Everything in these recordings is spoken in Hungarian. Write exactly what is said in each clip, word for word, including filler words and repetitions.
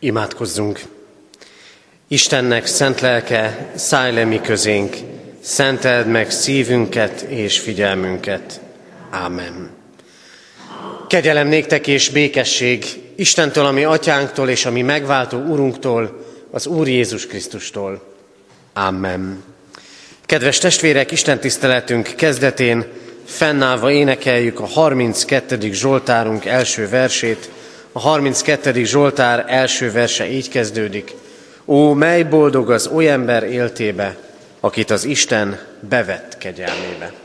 Imádkozzunk! Istennek szent lelke, szállj le mi közénk, szenteld meg szívünket és figyelmünket. Ámen. Kegyelem néktek és békesség Istentől, ami atyánktól és ami megváltó Urunktól, az Úr Jézus Krisztustól. Ámen. Kedves testvérek, Isten tiszteletünk kezdetén fennállva énekeljük a harminckettedik Zsoltárunk első versét. A harminckettedik Zsoltár első verse így kezdődik. Ó, mely boldog az oly ember éltébe, akit az Isten bevett kegyelmébe.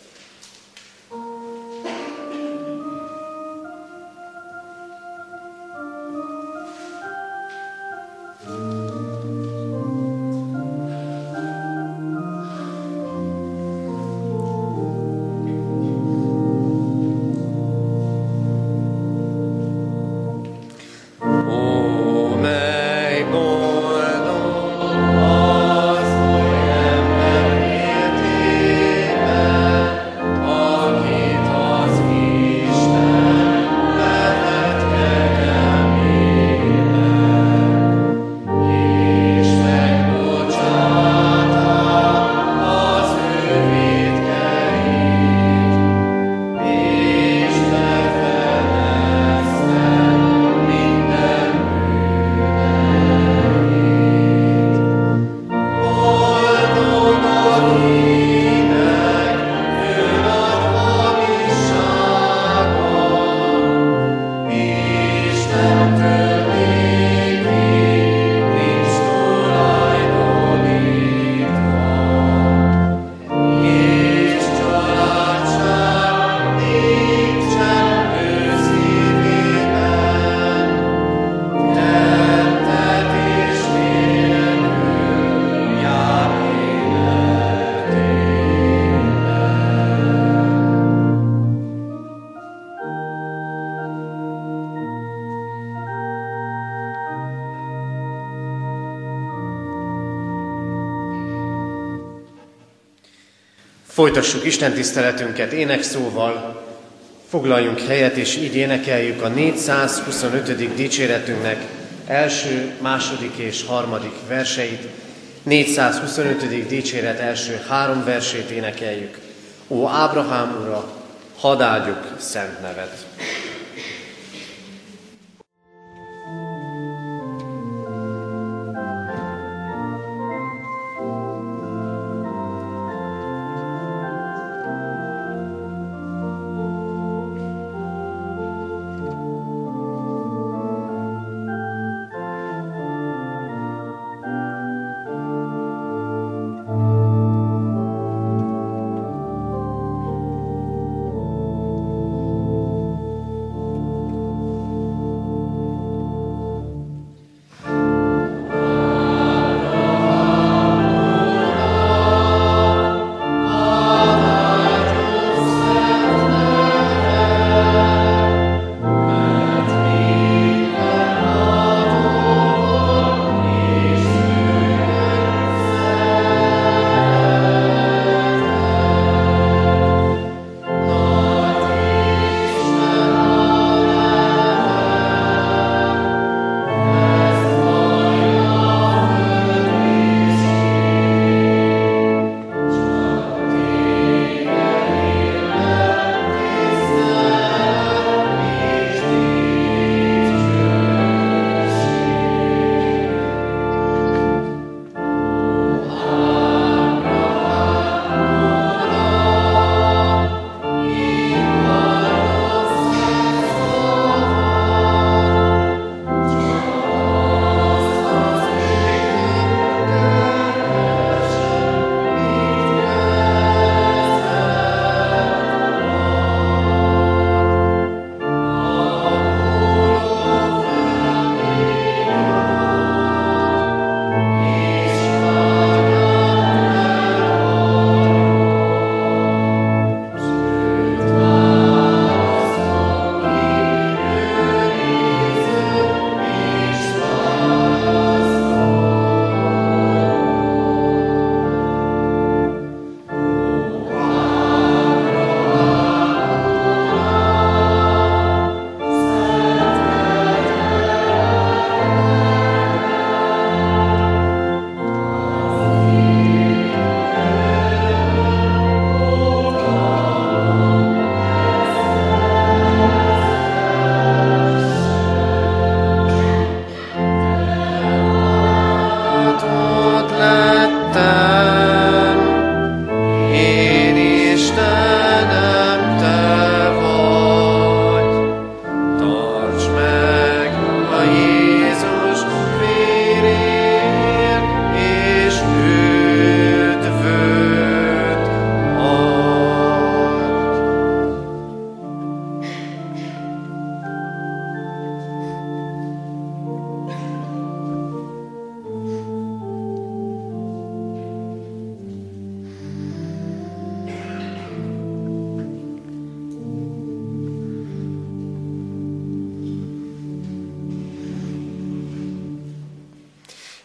Folytassuk Isten tiszteletünket énekszóval, foglaljunk helyet, és így énekeljük a négyszázhuszonötödik dicséretünknek első, második és harmadik verseit. négyszázhuszonötödik dicséret első három versét énekeljük. Ó Ábrahám ura, hadd áldjuk szent neved!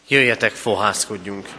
Jöjjetek, fohászkodjunk!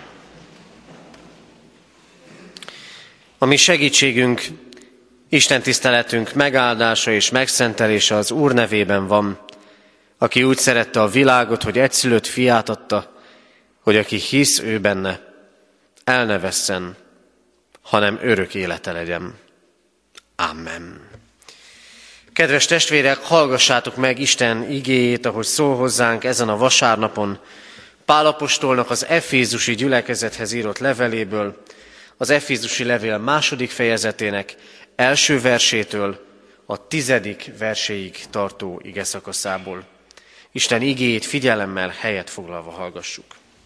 A mi segítségünk, Isten tiszteletünk megáldása és megszentelése az Úr nevében van, aki úgy szerette a világot, hogy egyszülött fiát adta, hogy aki hisz ő benne, el ne vesszen, hanem örök élete legyen. Amen. Kedves testvérek, hallgassátok meg Isten igéjét, ahogy szól hozzánk ezen a vasárnapon, Pál apostolnak az efézusi gyülekezethez írott leveléből, az efézusi levél második fejezetének első versétől a tizedik verséig tartó igeszakaszából. Isten igéjét figyelemmel helyet foglalva hallgassuk.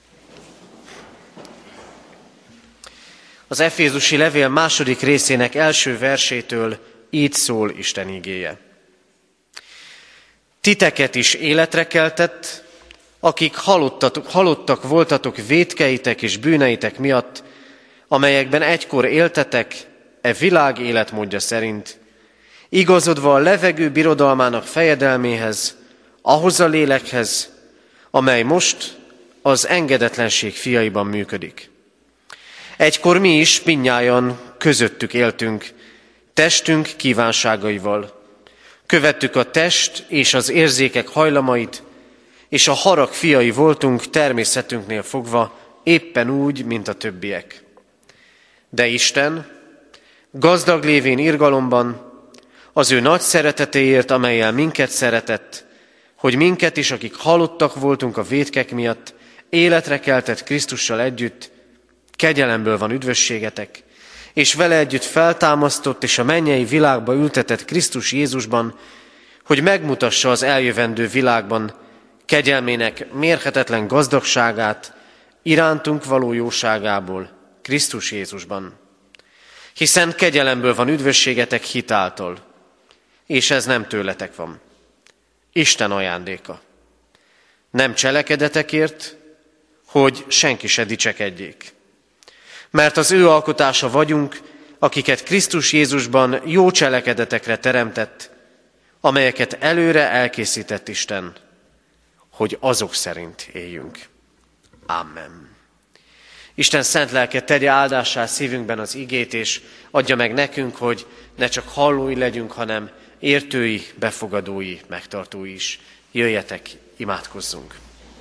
Az efézusi levél második részének első versétől így szól Isten igéje. Titeket is életre keltett, akik halottatok, halottak voltatok vétkeitek és bűneitek miatt, amelyekben egykor éltetek, e világ életmódja szerint, igazodva a levegő birodalmának fejedelméhez, ahhoz a lélekhez, amely most az engedetlenség fiaiban működik. Egykor mi is mindnyájan közöttük éltünk, testünk kívánságaival. Követtük a test és az érzékek hajlamait, és a harag fiai voltunk természetünknél fogva, éppen úgy, mint a többiek. De Isten, gazdag lévén irgalomban, az ő nagy szeretetéért, amellyel minket szeretett, hogy minket is, akik halottak voltunk a vétkek miatt, életre keltett Krisztussal együtt, kegyelemből van üdvösségetek, és vele együtt feltámasztott és a mennyei világba ültetett Krisztus Jézusban, hogy megmutassa az eljövendő világban kegyelmének mérhetetlen gazdagságát, irántunk való jóságából, Krisztus Jézusban. Hiszen kegyelemből van üdvösségetek hitáltal, és ez nem tőletek van. Isten ajándéka. Nem cselekedetekért, hogy senki se dicsekedjék. Mert az ő alkotása vagyunk, akiket Krisztus Jézusban jó cselekedetekre teremtett, amelyeket előre elkészített Isten, hogy azok szerint éljünk. Amen. Isten szent lelke tegye áldássá szívünkben az igét, és adja meg nekünk, hogy ne csak hallói legyünk, hanem értői, befogadói, megtartói is. Jöjjetek, imádkozzunk!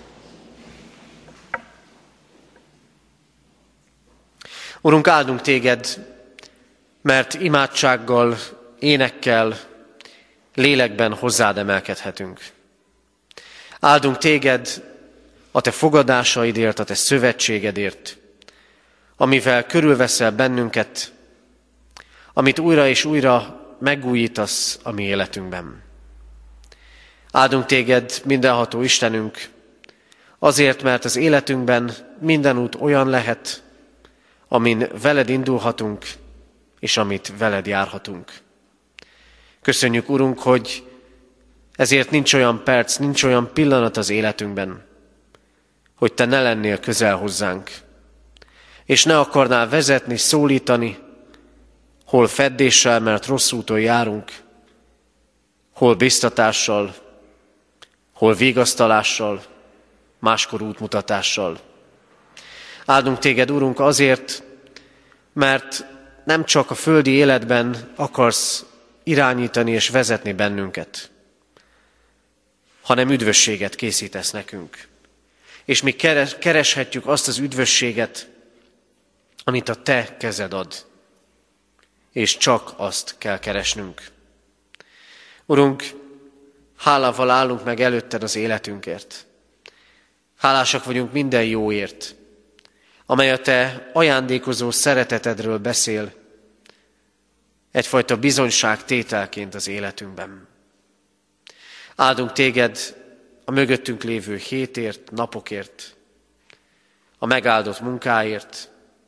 Urunk, áldunk téged, mert imádsággal, énekkel, lélekben hozzád emelkedhetünk. Áldunk téged a te fogadásaidért, a te szövetségedért, amivel körülveszel bennünket, amit újra és újra megújítasz a mi életünkben. Áldunk téged, mindenható Istenünk, azért, mert az életünkben minden út olyan lehet, amin veled indulhatunk, és amit veled járhatunk. Köszönjük, Urunk, hogy ezért nincs olyan perc, nincs olyan pillanat az életünkben, hogy te ne lennél közel hozzánk, és ne akarnál vezetni, szólítani, hol feddéssel, mert rossz úton járunk, hol biztatással, hol vigasztalással, máskor útmutatással. Áldunk téged, Urunk, azért, mert nem csak a földi életben akarsz irányítani és vezetni bennünket, hanem üdvösséget készítesz nekünk. És mi kereshetjük azt az üdvösséget, amit a te kezed ad. És csak azt kell keresnünk. Urunk, hálával állunk meg előtted az életünkért. Hálásak vagyunk minden jóért, amely a te ajándékozó szeretetedről beszél, egyfajta bizonyságtételként az életünkben. Áldunk téged a mögöttünk lévő hétért, napokért, a megáldott munkáért,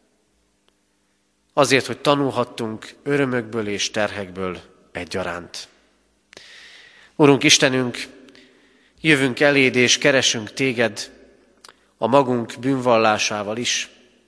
azért, hogy tanulhattunk örömökből és terhekből egyaránt. Urunk Istenünk, jövünk eléd és keresünk téged a magunk bűnvallásával is,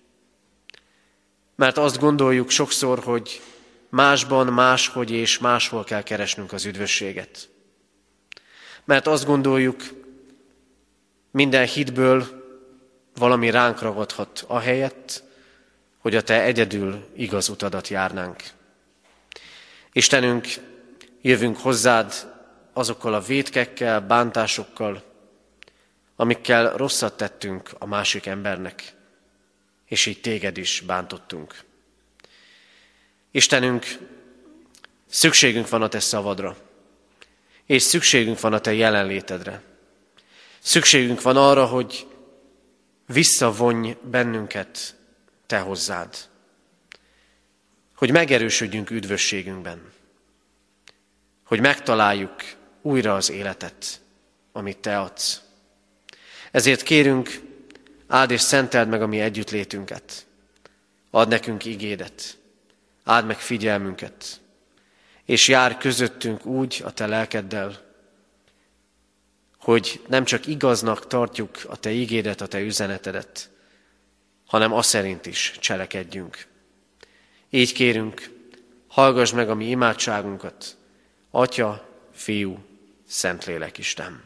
mert azt gondoljuk sokszor, hogy másban, máshogy és máshol kell keresnünk az üdvösséget. Mert azt gondoljuk, minden hitből, valami ránk ragadhat ahelyett, hogy a Te egyedül igaz utadat járnánk. Istenünk, jövünk hozzád azokkal a vétkekkel, bántásokkal, amikkel rosszat tettünk a másik embernek, és így téged is bántottunk. Istenünk, szükségünk van a Te szavadra, és szükségünk van a Te jelenlétedre. Szükségünk van arra, hogy visszavonj bennünket Te hozzád, hogy megerősödjünk üdvösségünkben, hogy megtaláljuk újra az életet, amit Te adsz. Ezért kérünk, áld és szenteld meg a mi együttlétünket, add nekünk igédet, áld meg figyelmünket, és járj közöttünk úgy a Te lelkeddel, hogy nem csak igaznak tartjuk a Te igédet, a Te üzenetedet, hanem azt szerint is cselekedjünk. Így kérünk, hallgass meg a mi imádságunkat, Atya, Fiú, Szentlélek Isten.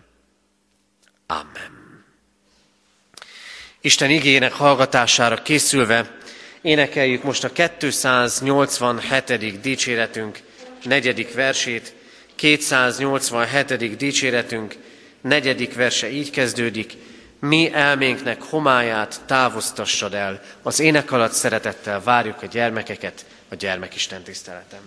Amen. Isten igének hallgatására készülve énekeljük most a kétszáznyolcvanhetedik dicséretünk negyedik versét. kétszáznyolcvanhetedik dicséretünk negyedik verse így kezdődik: mi elménknek homályát távoztassad el. Az ének alatt szeretettel várjuk a gyermekeket a gyermekisten tiszteleten.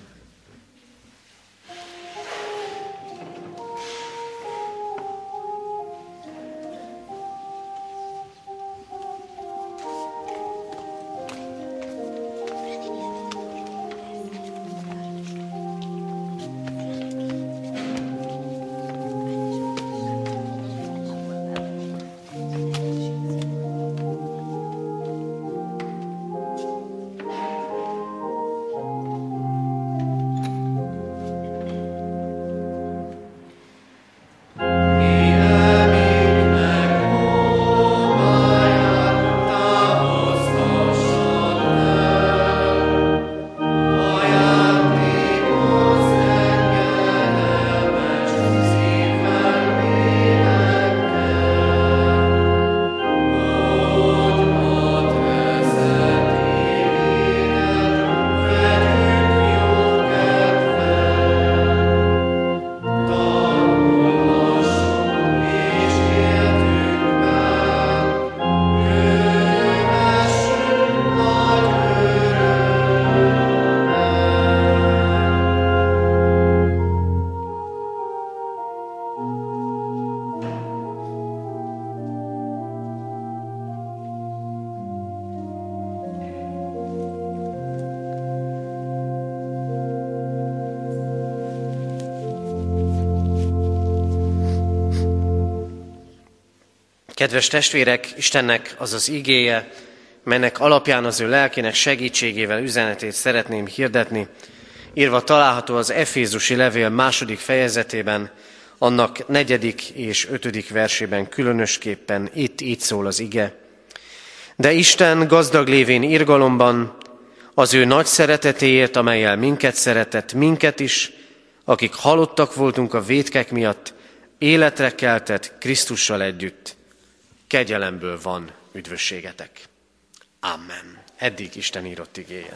Kedves testvérek, Istennek az az igéje, melynek alapján az ő lelkének segítségével üzenetét szeretném hirdetni, írva található az Efézusi levél második fejezetében, annak negyedik és ötödik versében különösképpen itt így szól az ige. De Isten gazdag lévén irgalomban, az ő nagy szeretetéért, amellyel minket szeretett, minket is, akik halottak voltunk a vétkek miatt, életre keltett Krisztussal együtt. Kegyelemből van üdvösségetek. Amen. Eddig Isten írott igéje.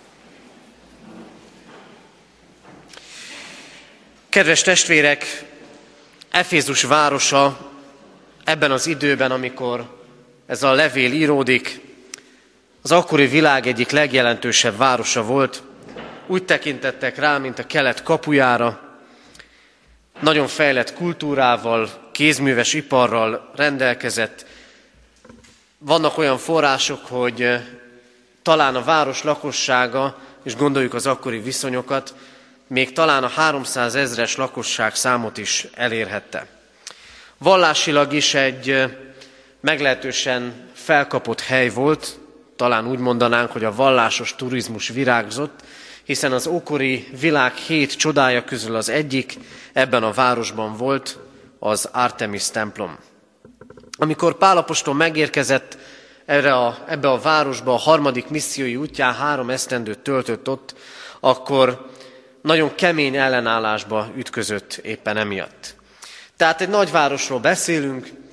Kedves testvérek, Efézus városa ebben az időben, amikor ez a levél íródik, az akkori világ egyik legjelentősebb városa volt. Úgy tekintettek rá, mint a kelet kapujára, nagyon fejlett kultúrával, kézműves iparral rendelkezett. Vannak olyan források, hogy talán a város lakossága, és gondoljuk az akkori viszonyokat, még talán a háromszázezres lakosság számot is elérhette. Vallásilag is egy meglehetősen felkapott hely volt, talán úgy mondanánk, hogy a vallásos turizmus virágzott, hiszen az ókori világ hét csodája közül az egyik ebben a városban volt, az Artemis templom. Amikor Pál apostol megérkezett erre a, ebbe a városba, a harmadik missziói útján három esztendőt töltött ott, akkor nagyon kemény ellenállásba ütközött éppen emiatt. Tehát egy nagyvárosról beszélünk,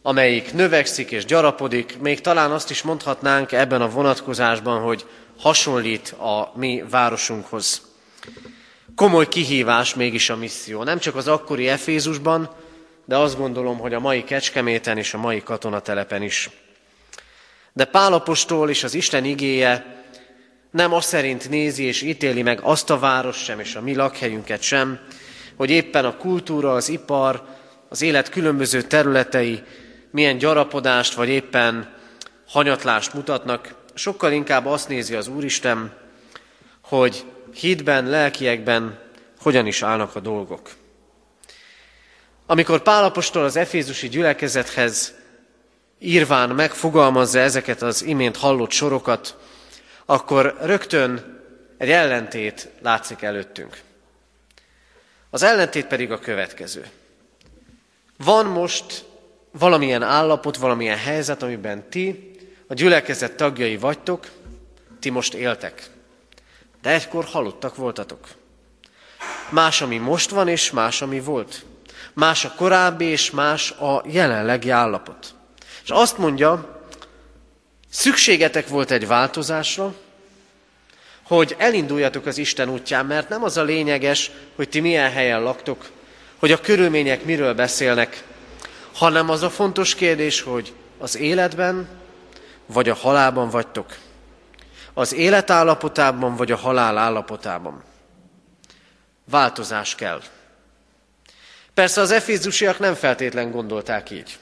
amelyik növekszik és gyarapodik, még talán azt is mondhatnánk ebben a vonatkozásban, hogy hasonlít a mi városunkhoz. Komoly kihívás mégis a misszió. Nem csak az akkori Efézusban, de azt gondolom, hogy a mai Kecskeméten és a mai katonatelepen is. De Pál apostol és az Isten igéje nem azt szerint nézi és ítéli meg azt a város sem, és a mi lakhelyünket sem, hogy éppen a kultúra, az ipar, az élet különböző területei milyen gyarapodást, vagy éppen hanyatlást mutatnak. Sokkal inkább azt nézi az Úristen, hogy hitben, lelkiekben hogyan is állnak a dolgok. Amikor Pál apostol az efézusi gyülekezethez írván megfogalmazza ezeket az imént hallott sorokat, akkor rögtön egy ellentét látszik előttünk. Az ellentét pedig a következő. Van most valamilyen állapot, valamilyen helyzet, amiben ti, a gyülekezet tagjai vagytok, ti most éltek. De egykor halottak voltatok. Más, ami most van, és más, ami volt. Más a korábbi, és más a jelenlegi állapot. És azt mondja, szükségetek volt egy változásra, hogy elinduljatok az Isten útján, mert nem az a lényeges, hogy ti milyen helyen laktok, hogy a körülmények miről beszélnek, hanem az a fontos kérdés, hogy az életben vagy a halálban vagytok. Az élet állapotában vagy a halál állapotában. Változás kell. Persze az efézusiak nem feltétlen gondolták így.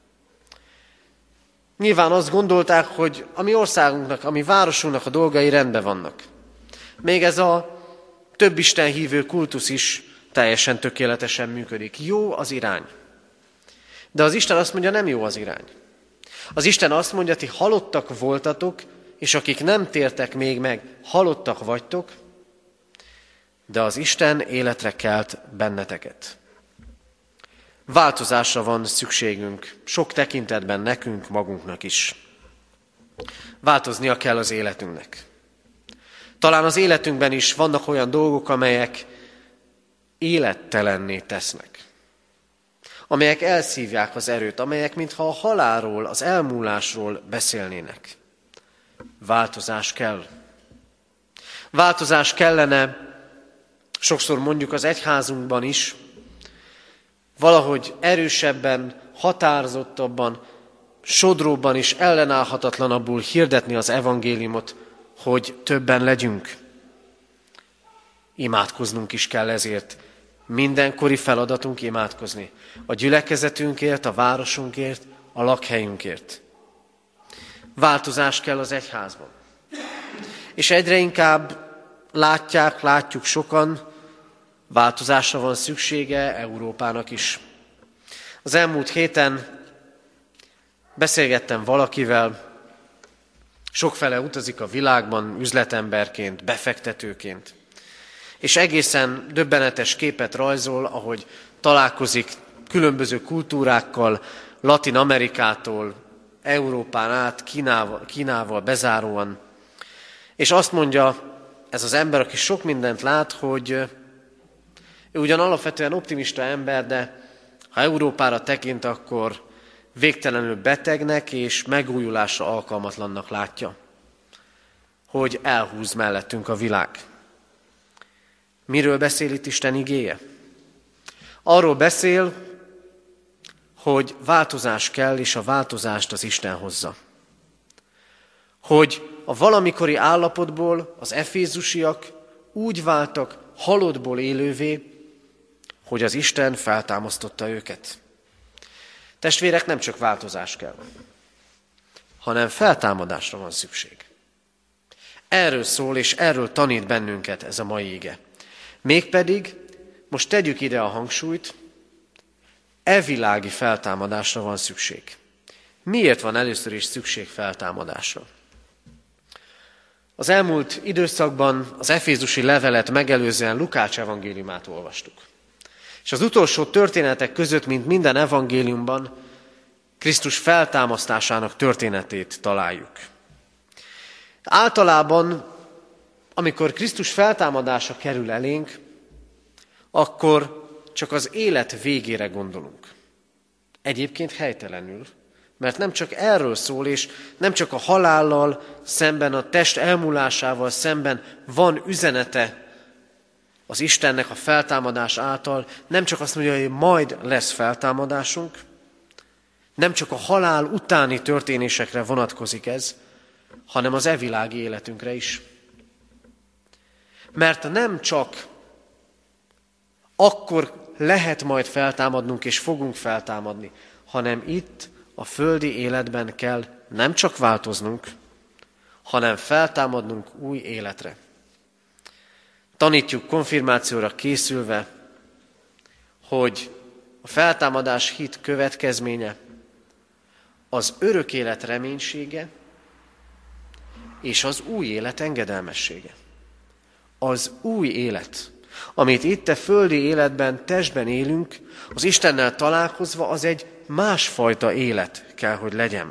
Nyilván azt gondolták, hogy a mi országunknak, a mi városunknak a dolgai rendben vannak. Még ez a több Isten hívő kultusz is teljesen tökéletesen működik. Jó az irány. De az Isten azt mondja, nem jó az irány. Az Isten azt mondja, ti halottak voltatok, és akik nem tértek még meg, halottak vagytok, de az Isten életre kelt benneteket. Változásra van szükségünk, sok tekintetben nekünk, magunknak is. Változnia kell az életünknek. Talán az életünkben is vannak olyan dolgok, amelyek élettelenné tesznek. Amelyek elszívják az erőt, amelyek mintha a halálról, az elmúlásról beszélnének. Változás kell. Változás kellene, sokszor mondjuk az egyházunkban is, valahogy erősebben, határozottabban, sodróbban és ellenállhatatlanabbul hirdetni az evangéliumot, hogy többen legyünk. Imádkoznunk is kell ezért. Mindenkori feladatunk imádkozni. A gyülekezetünkért, a városunkért, a lakhelyünkért. Változás kell az egyházban. És egyre inkább látják, látjuk sokan, változásra van szüksége Európának is. Az elmúlt héten beszélgettem valakivel, sokfele utazik a világban üzletemberként, befektetőként, és egészen döbbenetes képet rajzol, ahogy találkozik különböző kultúrákkal, Latin Amerikától, Európán át, Kínával, Kínával bezáróan. És azt mondja ez az ember, aki sok mindent lát, hogy ő ugyan alapvetően optimista ember, de ha Európára tekint, akkor végtelenül betegnek és megújulásra alkalmatlannak látja, hogy elhúz mellettünk a világ. Miről beszél itt Isten igéje? Arról beszél, hogy változás kell, és a változást az Isten hozza. Hogy a valamikori állapotból az efézusiak úgy váltak halottból élővé, hogy az Isten feltámasztotta őket. Testvérek, nem csak változás kell, hanem feltámadásra van szükség. Erről szól, és erről tanít bennünket ez a mai ige. Mégpedig, most tegyük ide a hangsúlyt, e világi feltámadásra van szükség. Miért van először is szükség feltámadásra? Az elmúlt időszakban az efézusi levelet megelőzően Lukács evangéliumát olvastuk. És az utolsó történetek között, mint minden evangéliumban, Krisztus feltámasztásának történetét találjuk. Általában, amikor Krisztus feltámadása kerül elénk, akkor csak az élet végére gondolunk. Egyébként helytelenül, Mert nem csak erről szól, és nem csak a halállal szemben, a test elmúlásával szemben van üzenete az Istennek a feltámadás által, nem csak azt mondja, hogy majd lesz feltámadásunk, nem csak a halál utáni történésekre vonatkozik ez, hanem az evilági életünkre is. Mert nem csak akkor lehet majd feltámadnunk és fogunk feltámadni, hanem itt a földi életben kell nem csak változnunk, hanem feltámadnunk új életre. Tanítjuk konfirmációra készülve, hogy a feltámadás hit következménye az örök élet reménysége és az új élet engedelmessége. Az új élet, amit itt a földi életben, testben élünk, az Istennel találkozva, az egy másfajta élet kell, hogy legyen.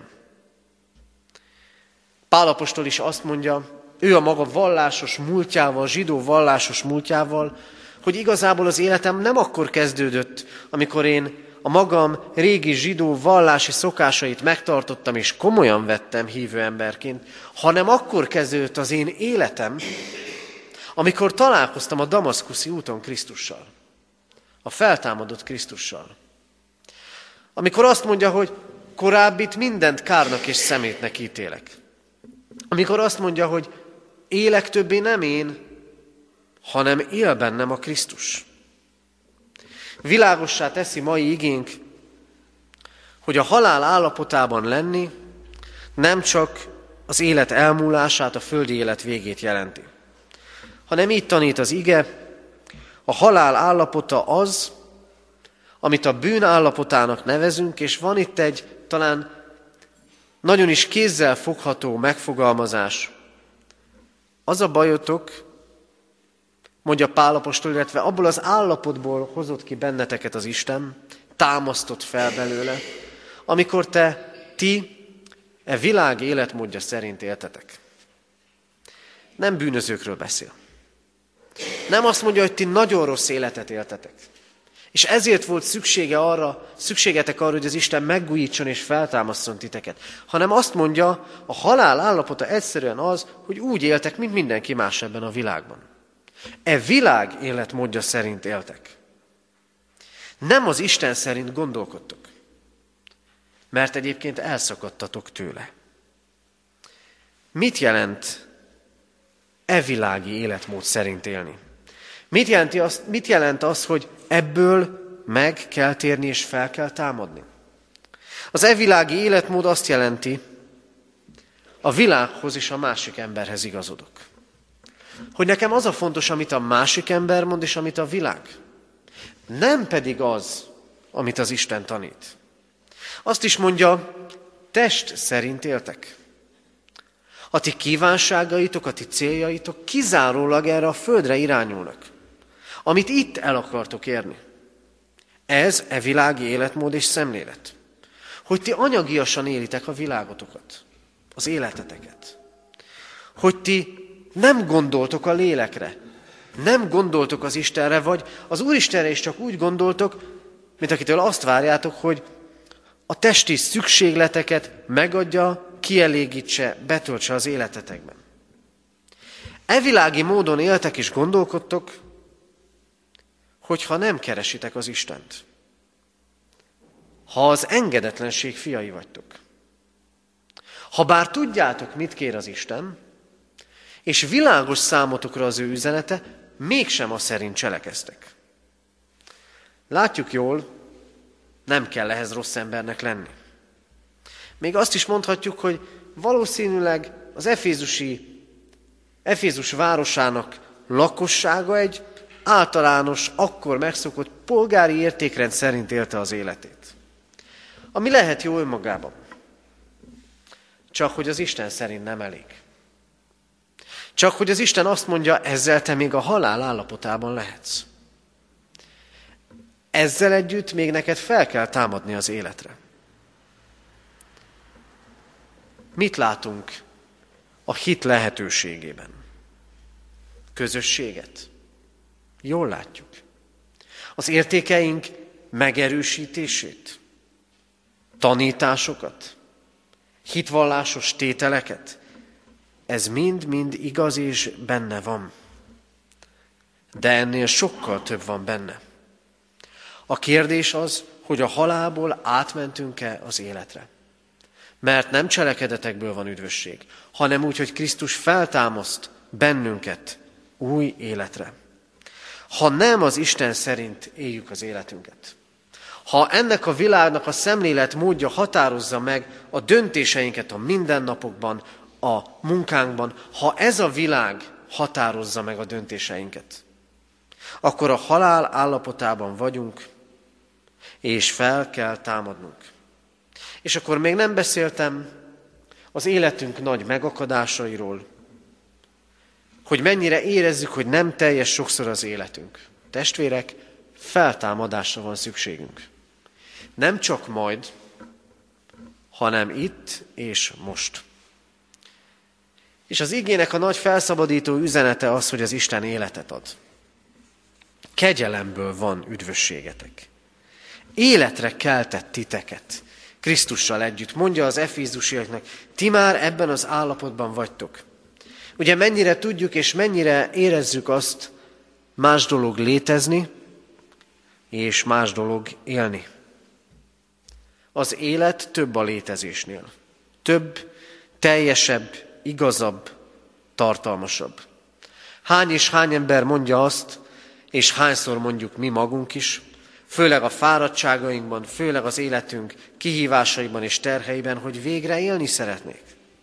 Pál apostol is azt mondja, ő a maga vallásos múltjával, zsidó vallásos múltjával, hogy igazából az életem nem akkor kezdődött, amikor én a magam régi zsidó vallási szokásait megtartottam és komolyan vettem hívő emberként, hanem akkor kezdődött az én életem, amikor találkoztam a damaszkuszi úton Krisztussal, a feltámadott Krisztussal. Amikor azt mondja, hogy korábbit mindent kárnak és szemétnek ítélek. Amikor azt mondja, hogy élek többé nem én, hanem él bennem a Krisztus. Világossá teszi mai igénk, hogy a halál állapotában lenni nem csak az élet elmúlását, a földi élet végét jelenti, hanem így tanít az ige, a halál állapota az, amit a bűn állapotának nevezünk, és van itt egy talán nagyon is kézzel fogható megfogalmazás. Az a bajotok, mondja Pál apostol, illetve abból az állapotból hozott ki benneteket az Isten, támasztott fel belőle, amikor te, ti e világ életmódja szerint éltetek. Nem bűnözőkről beszél. Nem azt mondja, hogy ti nagyon rossz életet éltetek. És ezért volt szüksége arra, szükségetek arra, hogy az Isten megújítson és feltámaszson titeket. Hanem azt mondja, a halál állapota egyszerűen az, hogy úgy éltek, mint mindenki más ebben a világban. E világ életmódja szerint éltek. Nem az Isten szerint gondolkodtok. Mert egyébként elszakadtatok tőle. Mit jelent e világi életmód szerint élni? Mit, jelenti azt, mit jelent az, hogy ebből meg kell térni és fel kell támadni? Az e világi életmód azt jelenti, a világhoz és a másik emberhez igazodok. Hogy nekem az a fontos, amit a másik ember mond, és amit a világ. Nem pedig az, amit az Isten tanít. Azt is mondja, test szerint éltek. A ti kívánságaitok, a ti céljaitok kizárólag erre a földre irányulnak, amit itt el akartok érni. Ez e világi életmód és szemlélet. Hogy ti anyagiasan élitek a világotokat, az életeteket. Hogy ti nem gondoltok a lélekre, nem gondoltok az Istenre, vagy az Úristenre is csak úgy gondoltok, mint akitől azt várjátok, hogy a testi szükségleteket megadja, kielégítse, betöltse az életetekben. E világi módon éltek és gondolkodtok, hogyha nem keresitek az Istent. Ha az engedetlenség fiai vagytok. Ha bár tudjátok, mit kér az Isten, és világos számotokra az ő üzenete, mégsem az szerint cselekeztek. Látjuk jól, nem kell ehhez rossz embernek lenni. Még azt is mondhatjuk, hogy valószínűleg az efézusi, Efézus városának lakossága egy általános, akkor megszokott polgári értékrend szerint élte az életét. Ami lehet jó önmagában. Csak hogy az Isten szerint nem elég. Csak hogy az Isten azt mondja, ezzel te még a halál állapotában lehetsz. Ezzel együtt még neked fel kell támadni az életre. Mit látunk a hit lehetőségében? Közösséget. Jól látjuk. Az értékeink megerősítését. tanításokat, hitvallásos tételeket. Ez mind-mind igaz és benne van. De ennél sokkal több van benne. A kérdés az, hogy a halálból átmentünk-e az életre. Mert nem cselekedetekből van üdvösség, hanem úgy, hogy Krisztus feltámaszt bennünket új életre. Ha nem az Isten szerint éljük az életünket, ha ennek a világnak a szemléletmódja határozza meg a döntéseinket a mindennapokban, a munkánkban, ha ez a világ határozza meg a döntéseinket, akkor a halál állapotában vagyunk, és fel kell támadnunk. És akkor még nem beszéltem az életünk nagy megakadásairól, hogy mennyire érezzük, hogy nem teljes sokszor az életünk. Testvérek, feltámadásra van szükségünk. Nem csak majd, hanem itt és most. És az igének a nagy felszabadító üzenete az, hogy az Isten életet ad. Kegyelemből van üdvösségetek. Életre keltett titeket Krisztussal együtt. Mondja az efézusiaknak, ti már ebben az állapotban vagytok. Ugye mennyire tudjuk és mennyire érezzük azt, más dolog létezni, és más dolog élni. Az élet több a létezésnél. Több, teljesebb, igazabb, tartalmasabb. Hány és hány ember mondja azt, és hányszor mondjuk mi magunk is, főleg a fáradtságainkban, főleg az életünk kihívásaiban és terheiben, hogy végre élni szeretnék.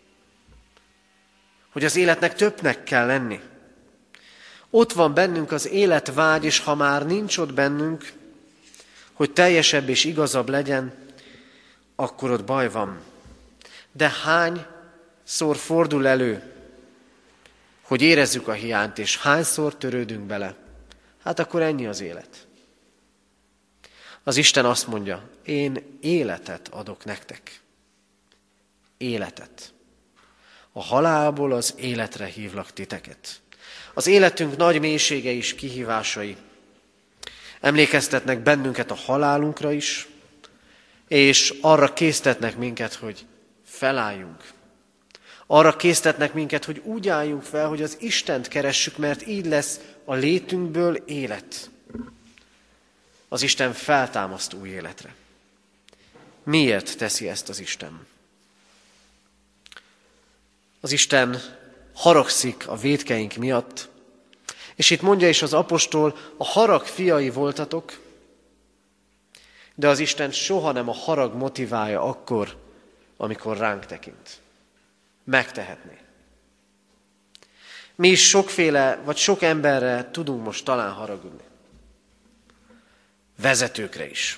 Hogy az életnek többnek kell lenni. Ott van bennünk az életvágy, és ha már nincs ott bennünk, hogy teljesebb és igazabb legyen, akkor ott baj van. De hányszor fordul elő, hogy érezzük a hiányt, és hányszor törődünk bele? Hát akkor ennyi az élet. Az Isten azt mondja, én életet adok nektek. Életet. A halálból az életre hívlak titeket. Az életünk nagy mélysége és kihívásai emlékeztetnek bennünket a halálunkra is, és arra késztetnek minket, hogy felálljunk. Arra késztetnek minket, hogy úgy álljunk fel, hogy az Istent keressük, mert így lesz a létünkből élet. Az Isten feltámaszt új életre. Miért teszi ezt az Isten? Az Isten haragszik a vétkeink miatt, és itt mondja is az apostol, a harag fiai voltatok, de az Isten soha nem a harag motiválja akkor, amikor ránk tekint. Megtehetné. Mi is sokféle, vagy sok emberre tudunk most talán haragudni. Vezetőkre is.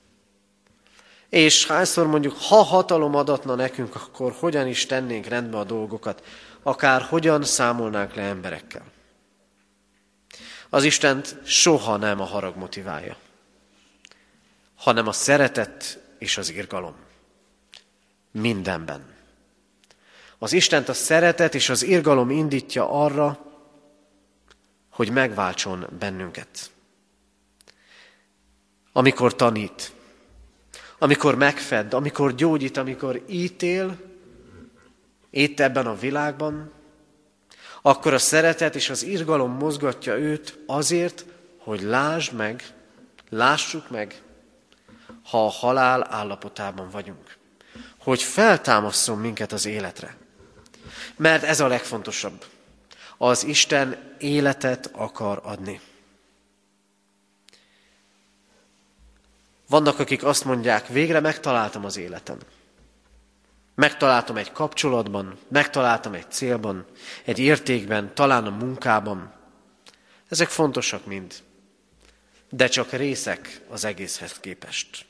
És hányszor mondjuk, ha hatalom adatna nekünk, akkor hogyan is tennénk rendbe a dolgokat, akár hogyan számolnánk le emberekkel. Az Istent soha nem a harag motiválja, hanem a szeretet és az irgalom. Mindenben. Az Istent a szeretet és az irgalom indítja arra, hogy megváltson bennünket. Amikor tanít, amikor megfed, amikor gyógyít, amikor ítél, itt ebben a világban, akkor a szeretet és az irgalom mozgatja őt azért, hogy lásd meg, lássuk meg, ha a halál állapotában vagyunk. Hogy feltámasszon minket az életre. Mert ez a legfontosabb. Az Isten életet akar adni. Vannak, akik azt mondják, végre megtaláltam az életem. Megtaláltam egy kapcsolatban, megtaláltam egy célban, egy értékben, talán a munkában. Ezek fontosak mind, de csak részek az egészhez képest.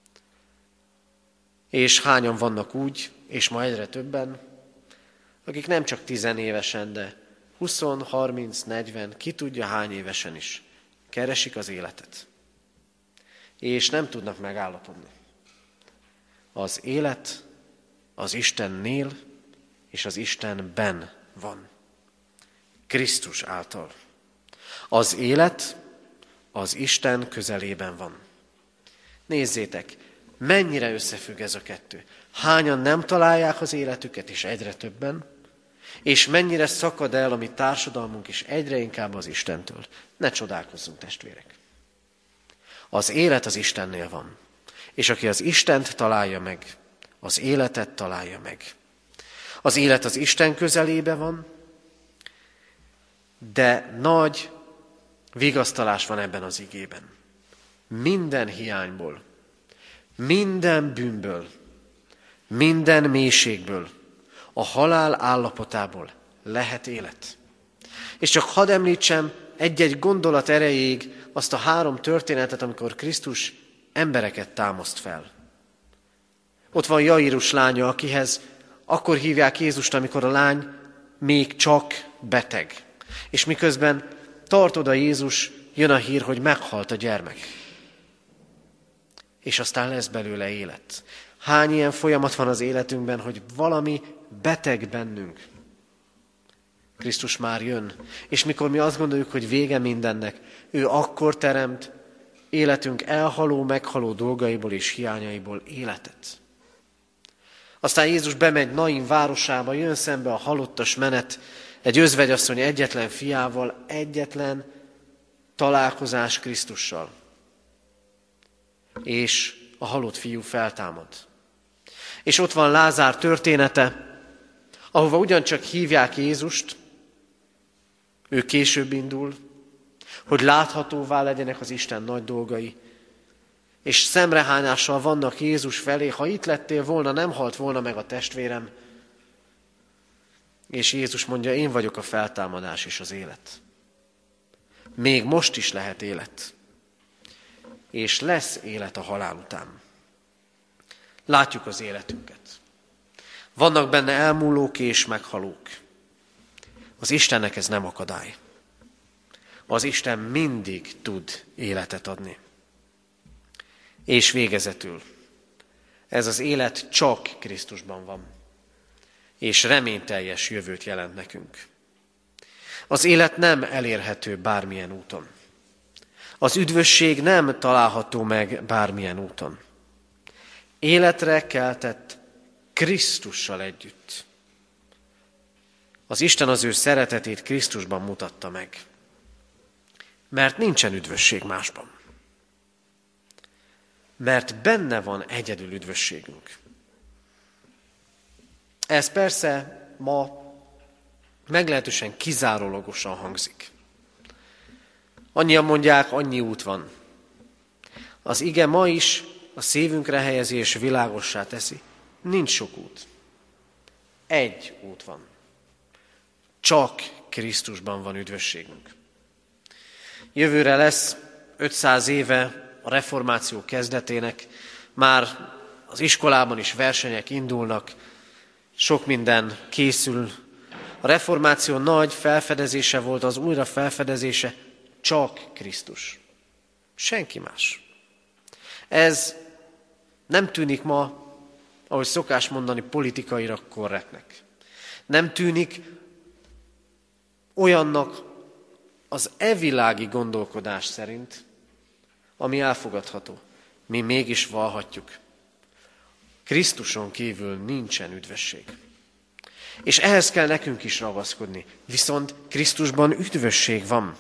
És hányan vannak úgy, és ma egyre többen, akik nem csak tizenévesen, de húsz, harminc, negyven, ki tudja hány évesen is keresik az életet. És nem tudnak megállapodni. Az élet az Istennél és az Istenben van. Krisztus által. Az élet az Isten közelében van. Nézzétek, mennyire összefügg ez a kettő. Hányan nem találják az életüket, és egyre többen, és mennyire szakad el a mi társadalmunk is egyre inkább az Istentől. Ne csodálkozzunk, testvérek. Az élet az Istennél van, és aki az Istent találja meg, az életet találja meg. Az élet az Isten közelébe van, de nagy vigasztalás van ebben az igében. Minden hiányból, minden bűnből, minden mélységből, a halál állapotából lehet élet. És csak hadd említsem egy-egy gondolat erejéig azt a három történetet, amikor Krisztus embereket támaszt fel. Ott van Jairus lánya, akihez akkor hívják Jézust, amikor a lány még csak beteg. És miközben tart oda Jézus, jön a hír, hogy meghalt a gyermek. És aztán lesz belőle élet. Hány ilyen folyamat van az életünkben, hogy valami beteg bennünk. Krisztus már jön, és mikor mi azt gondoljuk, hogy vége mindennek, ő akkor teremt életünk elhaló, meghaló dolgaiból és hiányaiból életet. Aztán Jézus bemegy Nain városába, jön szembe a halottas menet, egy özvegyasszony egyetlen fiával, egyetlen találkozás Krisztussal. És a halott fiú feltámad. És ott van Lázár története, ahova ugyancsak hívják Jézust, ő később indul, hogy láthatóvá legyenek az Isten nagy dolgai, és szemrehányással vannak Jézus felé, ha itt lettél volna, nem halt volna meg a testvérem. És Jézus mondja, én vagyok a feltámadás és az élet. Még most is lehet élet. És lesz élet a halál után. Látjuk az életünket. Vannak benne elmúlók és meghalók. Az Istennek ez nem akadály. Az Isten mindig tud életet adni. És végezetül, ez az élet csak Krisztusban van, és reményteljes jövőt jelent nekünk. Az élet nem elérhető bármilyen úton. Az üdvösség nem található meg bármilyen úton. Életre keltett Krisztussal együtt. Az Isten az ő szeretetét Krisztusban mutatta meg. Mert nincsen üdvösség másban. Mert benne van egyedül üdvösségünk. Ez persze ma meglehetősen kizárólagosan hangzik. Annyian mondják, annyi út van. Az ige ma is a szívünkre helyezi és világossá teszi. Nincs sok út. Egy út van. Csak Krisztusban van üdvösségünk. Jövőre lesz ötszáz éve a reformáció kezdetének, már az iskolában is versenyek indulnak, sok minden készül. A reformáció nagy felfedezése volt, az újra felfedezése csak Krisztus. Senki más. Ez nem tűnik ma, ahogy szokás mondani, politikaira korrektnek. Nem tűnik olyannak az evilági gondolkodás szerint, ami elfogadható. Mi mégis vallhatjuk. Krisztuson kívül nincsen üdvösség. És ehhez kell nekünk is ragaszkodni. Viszont Krisztusban üdvösség van.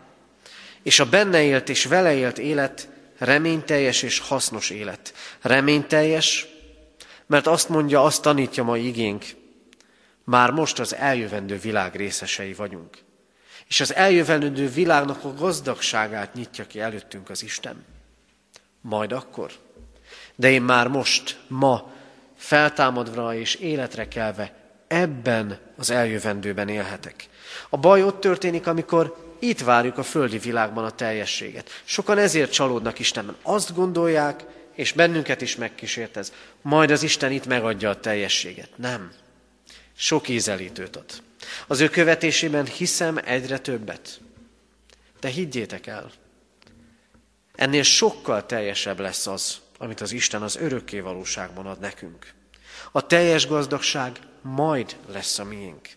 És a benne élt és vele élt élet reményteljes és hasznos élet. Reményteljes, mert azt mondja, azt tanítja ma igénk, már most az eljövendő világ részesei vagyunk. És az eljövendő világnak a gazdagságát nyitja ki előttünk az Isten. Majd akkor. De én már most, ma feltámadva és életre kelve ebben az eljövendőben élhetek. A baj ott történik, amikor itt várjuk a földi világban a teljességet. Sokan ezért csalódnak Istenben. Azt gondolják, és bennünket is megkísért ez, majd az Isten itt megadja a teljességet. Nem. Sok ízelítőt ad. Az ő követésében hiszem egyre többet. De higgyétek el, ennél sokkal teljesebb lesz az, amit az Isten az örökké valóságban ad nekünk. A teljes gazdagság majd lesz a miénk.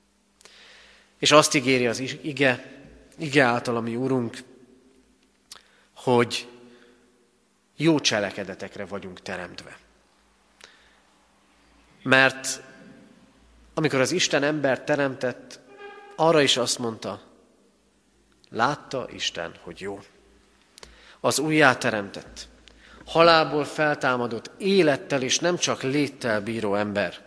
És azt ígéri az ige, ige által a mi Urunk, hogy jó cselekedetekre vagyunk teremtve. Mert amikor az Isten embert teremtett, arra is azt mondta, látta Isten, hogy jó. Az újjáteremtett, halálból feltámadott, élettel és nem csak léttel bíró ember,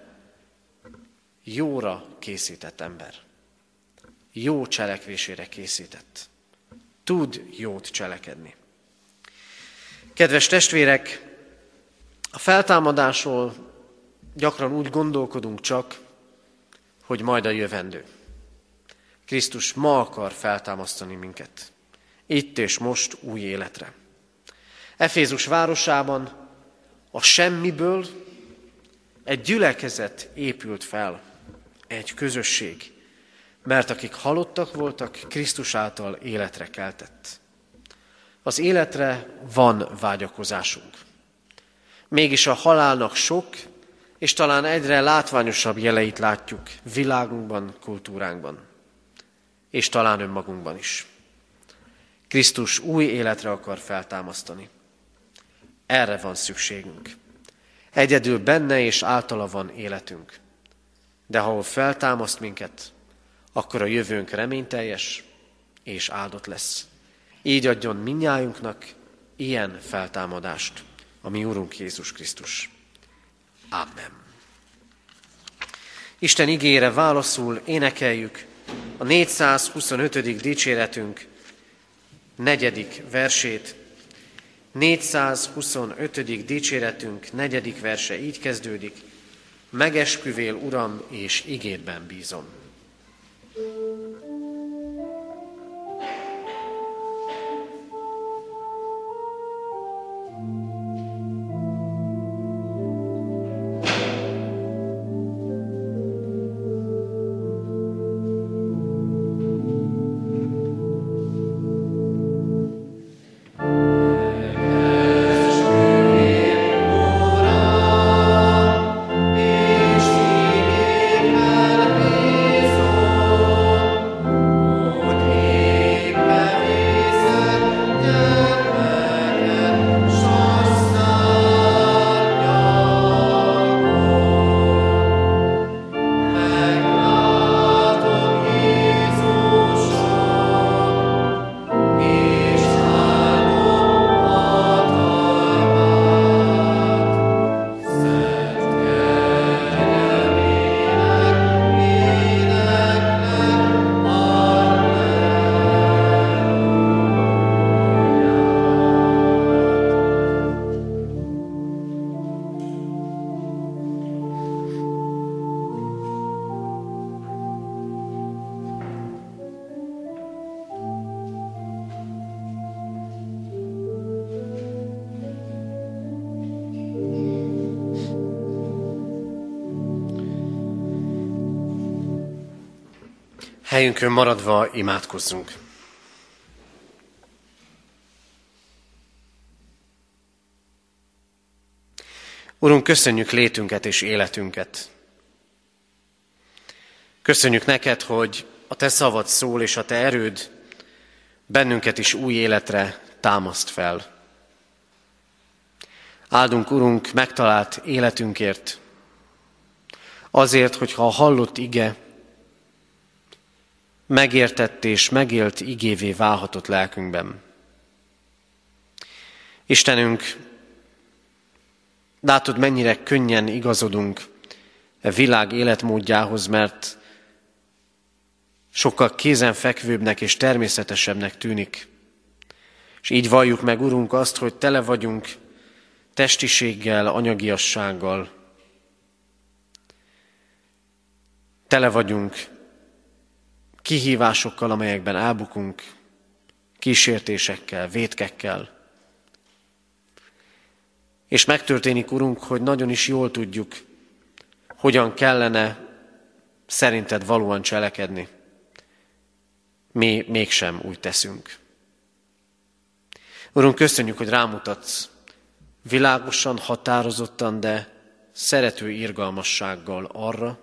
jóra készített ember. Jó cselekvésére készített. Tud jót cselekedni. Kedves testvérek, a feltámadásról gyakran úgy gondolkodunk csak, hogy majd a jövendő. Krisztus ma akar feltámasztani minket. Itt és most új életre. Efézus városában a semmiből egy gyülekezet épült fel, egy közösség, mert akik halottak voltak, Krisztus által életre keltett. Az életre van vágyakozásunk. Mégis a halálnak sok, és talán egyre látványosabb jeleit látjuk világunkban, kultúránkban, és talán önmagunkban is. Krisztus új életre akar feltámasztani. Erre van szükségünk. Egyedül benne és általa van életünk. De ha feltámaszt minket, akkor a jövőnk reményteljes és áldott lesz. Így adjon mindnyájunknak ilyen feltámadást, a mi Urunk Jézus Krisztus. Amen. Isten igére válaszul énekeljük a négyszázhuszonötödik dicséretünk negyedik versét. négyszázhuszonötödik dicséretünk negyedik verse így kezdődik. Megesküvél, Uram, és igédben bízom. Helyünkön maradva imádkozzunk. Urunk, köszönjük létünket és életünket. Köszönjük neked, hogy a te szavad szól, és a te erőd bennünket is új életre támaszt fel. Áldunk, Urunk, megtalált életünkért, azért, hogyha a hallott ige megértett és megélt igévé válhatott lelkünkben. Istenünk, látod, mennyire könnyen igazodunk a világ életmódjához, mert sokkal kézenfekvőbbnek és természetesebbnek tűnik. És így valljuk meg, Urunk, azt, hogy tele vagyunk testiséggel, anyagiassággal. Tele vagyunk kihívásokkal, amelyekben elbukunk, kísértésekkel, vétkekkel. És megtörténik, Urunk, hogy nagyon is jól tudjuk, hogyan kellene szerinted valóan cselekedni. Mi mégsem úgy teszünk. Urunk, köszönjük, hogy rámutatsz világosan, határozottan, de szerető irgalmassággal arra,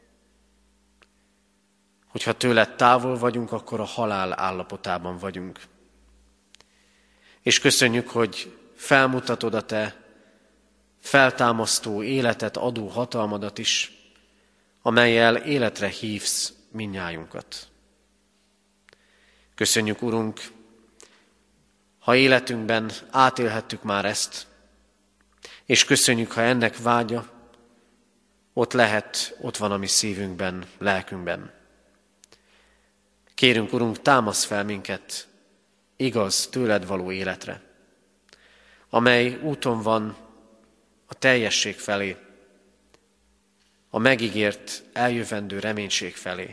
hogyha tőled távol vagyunk, akkor a halál állapotában vagyunk. És köszönjük, hogy felmutatod a te feltámasztó, életet adó hatalmadat is, amellyel életre hívsz mindnyájunkat. Köszönjük, Urunk, ha életünkben átélhettük már ezt, és köszönjük, ha ennek vágya ott lehet, ott van a mi szívünkben, lelkünkben. Kérünk, Urunk, támasz fel minket igaz, tőled való életre, amely úton van a teljesség felé, a megígért, eljövendő reménység felé.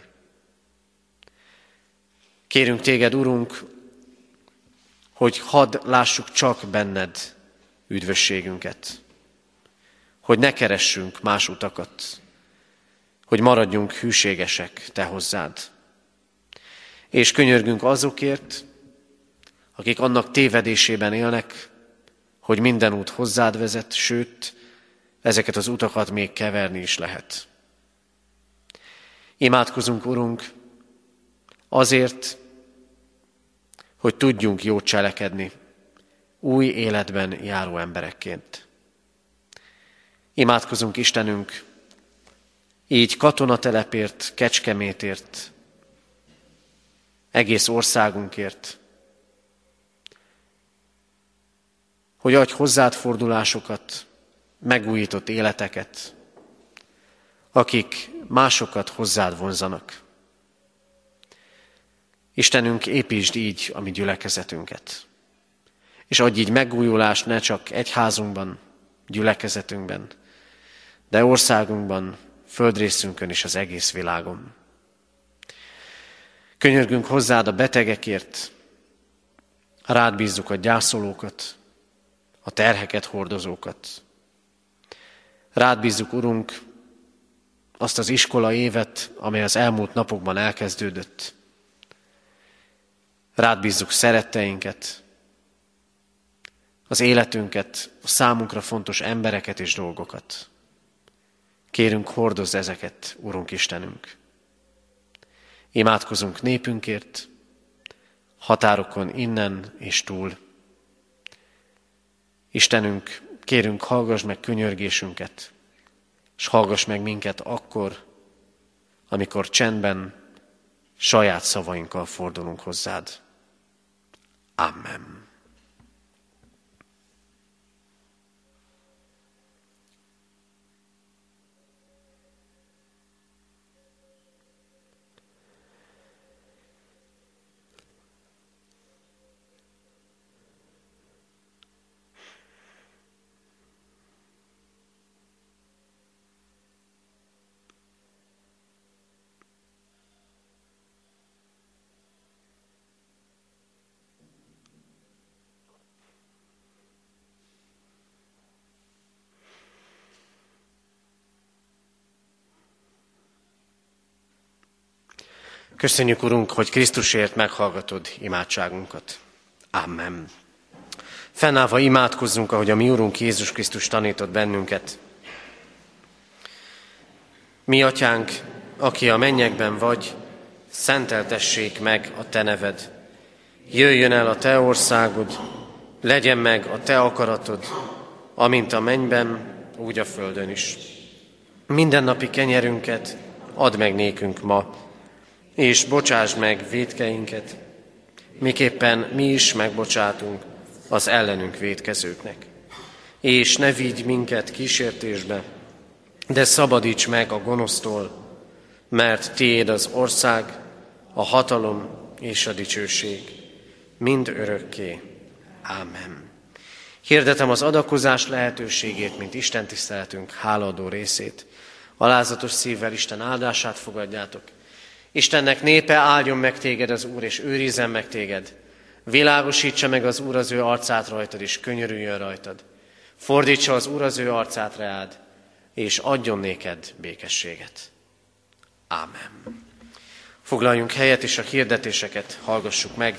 Kérünk téged, Urunk, hogy hadd lássuk csak benned üdvösségünket, hogy ne keressünk más utakat, hogy maradjunk hűségesek te hozzád. És könyörgünk azokért, akik annak tévedésében élnek, hogy minden út hozzád vezet, sőt, ezeket az utakat még keverni is lehet. Imádkozunk, Urunk, azért, hogy tudjunk jót cselekedni, új életben járó emberekként. Imádkozunk, Istenünk, így katonatelepért, Kecskemétért, egész országunkért, hogy adj hozzád fordulásokat, megújított életeket, akik másokat hozzád vonzanak. Istenünk, építsd így a mi gyülekezetünket, és adj így megújulást ne csak egyházunkban, gyülekezetünkben, de országunkban, földrészünkön és az egész világon. Könyörgünk hozzád a betegekért, rád bízzuk a gyászolókat, a terheket hordozókat. Rád bízzuk, Urunk, azt az iskola évet, amely az elmúlt napokban elkezdődött. Rád bízzuk szeretteinket, az életünket, a számunkra fontos embereket és dolgokat. Kérünk, hordozz ezeket, Urunk Istenünk. Imádkozunk népünkért, határokon innen és túl. Istenünk, kérünk, hallgass meg könyörgésünket, és hallgass meg minket akkor, amikor csendben, saját szavainkkal fordulunk hozzád. Amen. Köszönjük, Urunk, hogy Krisztusért meghallgatod imádságunkat. Amen. Fennállva imádkozzunk, ahogy a mi Urunk Jézus Krisztus tanított bennünket. Mi, Atyánk, aki a mennyekben vagy, szenteltessék meg a te neved. Jöjjön el a te országod, legyen meg a te akaratod, amint a mennyben, úgy a földön is. Mindennapi kenyerünket add meg nékünk ma, és bocsásd meg vétkeinket, miképpen mi is megbocsátunk az ellenünk vétkezőknek. És ne vigy minket kísértésbe, de szabadíts meg a gonosztól, mert tiéd az ország, a hatalom és a dicsőség, mind örökké. Ámen. Hirdetem az adakozás lehetőségét, mint Isten tiszteletünk hálaadó részét. Alázatos szívvel Isten áldását fogadjátok. Istennek népe, áldjon meg téged az Úr, és őrizzen meg téged. Világosítsa meg az Úr az ő arcát rajtad, és könyörüljön rajtad. Fordítsa az Úr az ő arcát reád, és adjon néked békességet. Ámen. Foglaljunk helyet, és a hirdetéseket hallgassuk meg.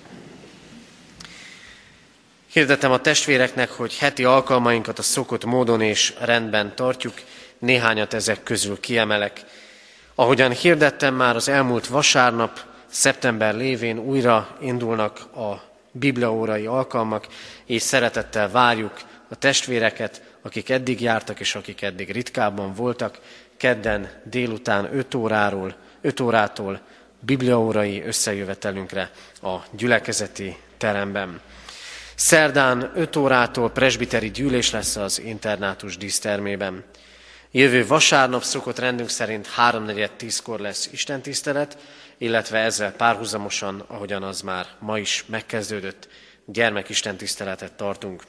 Hirdetem a testvéreknek, hogy heti alkalmainkat a szokott módon és rendben tartjuk, néhányat ezek közül kiemelek. Ahogyan hirdettem már, az elmúlt vasárnap, szeptember lévén újra indulnak a bibliaórai alkalmak, és szeretettel várjuk a testvéreket, akik eddig jártak, és akik eddig ritkábban voltak, kedden délután öt óráról, öt órától bibliaórai összejövetelünkre a gyülekezeti teremben. Szerdán öt órától presbiteri gyűlés lesz az internátus dísztermében. Jövő vasárnap szokott rendünk szerint háromnegyed tízkor lesz istentisztelet, illetve ezzel párhuzamosan, ahogyan az már ma is megkezdődött, gyermekistentiszteletet tartunk.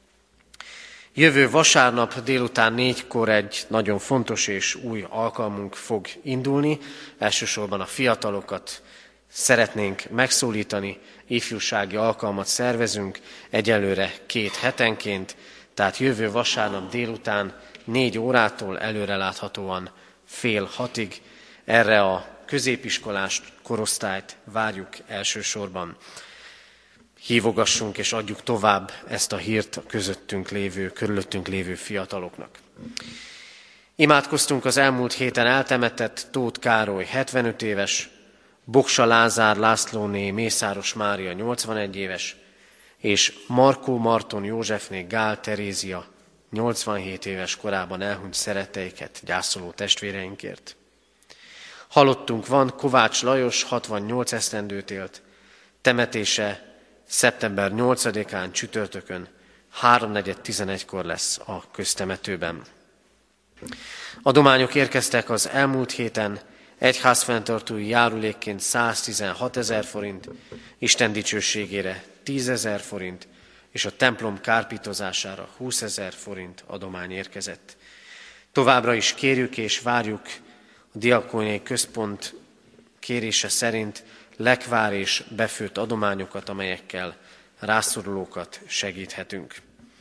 Jövő vasárnap délután négykor egy nagyon fontos és új alkalmunk fog indulni. Elsősorban a fiatalokat szeretnénk megszólítani, ifjúsági alkalmat szervezünk, egyelőre két hetenként, tehát jövő vasárnap délután négy órától előreláthatóan fél hatig erre a középiskolás korosztályt várjuk elsősorban. Hívogassunk és adjuk tovább ezt a hírt a közöttünk lévő, körülöttünk lévő fiataloknak. Imádkoztunk az elmúlt héten eltemetett Tóth Károly hetvenöt éves, Boksa Lázár Lászlóné Mészáros Mária nyolcvanegy éves, és Markó Marton Józsefné Gál Terézia nyolcvanhét éves korában elhunyt szeretteiket gyászoló testvéreinkért. Halottunk van, Kovács Lajos hatvannyolc esztendőt élt, temetése szeptember nyolcadikán csütörtökön háromnegyed tizenegykor lesz a köztemetőben. Adományok érkeztek az elmúlt héten, egyházfenntartói járulékként száztizenhat ezer forint, Isten dicsőségére tízezer forint, és a templom kárpítozására húszezer forint adomány érkezett. Továbbra is kérjük és várjuk a Diakóniai Központ kérése szerint lekvár és befőtt adományokat, amelyekkel rászorulókat segíthetünk.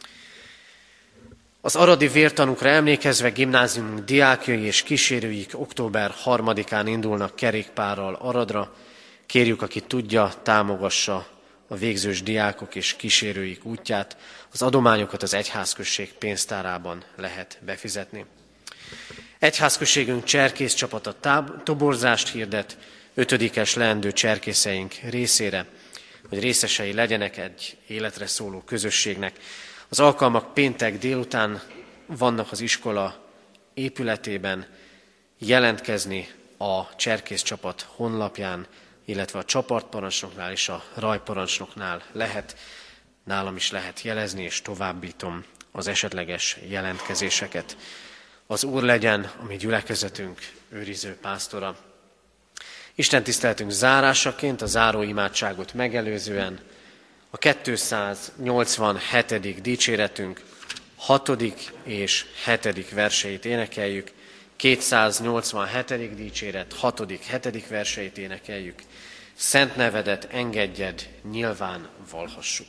Az aradi vértanúkra emlékezve gimnáziumunk diákjai és kísérőik október harmadikán indulnak kerékpárral Aradra. Kérjük, aki tudja, támogassa a végzős diákok és kísérőik útját. Az adományokat az egyházközség pénztárában lehet befizetni. Egyházközségünk cserkész csapata táb- toborzást hirdet ötödikes leendő cserkészeink részére, hogy részesei legyenek egy életre szóló közösségnek. Az alkalmak péntek délután vannak az iskola épületében, jelentkezni a cserkész csapat honlapján, illetve a csapatparancsnoknál és a rajparancsnoknál lehet, nálam is lehet jelezni, és továbbítom az esetleges jelentkezéseket. Az Úr legyen a mi gyülekezetünk őriző pásztora. Isten tiszteletünk zárásaként, a záró imádságot megelőzően a kétszáznyolcvanhetedik dicséretünk hatodik és hetedik verseit énekeljük. kétszáznyolcvanhetedik dicséret hatodik hetedik verseit énekeljük. Szent nevedet engedjed, nyilván valhassuk.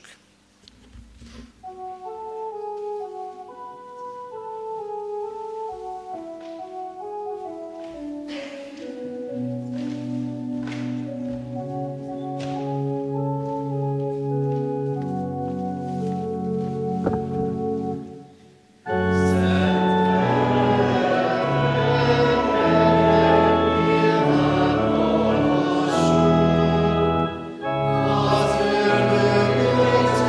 Amen.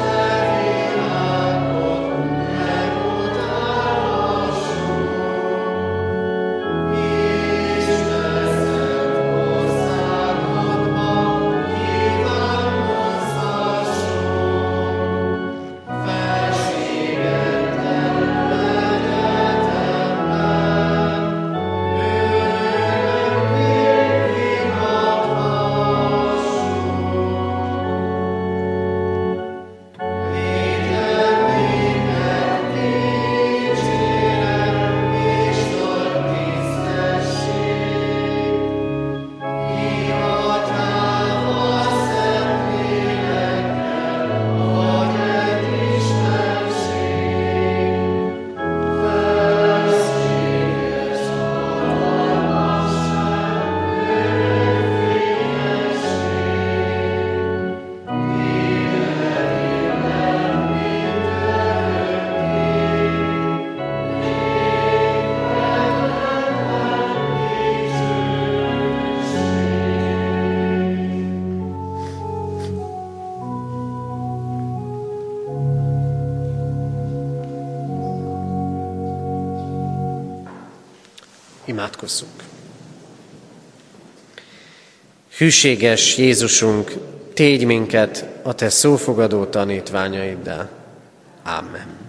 Imádkozzunk! Hűséges Jézusunk, tégy minket a Te szófogadó tanítványaiddá. Amen.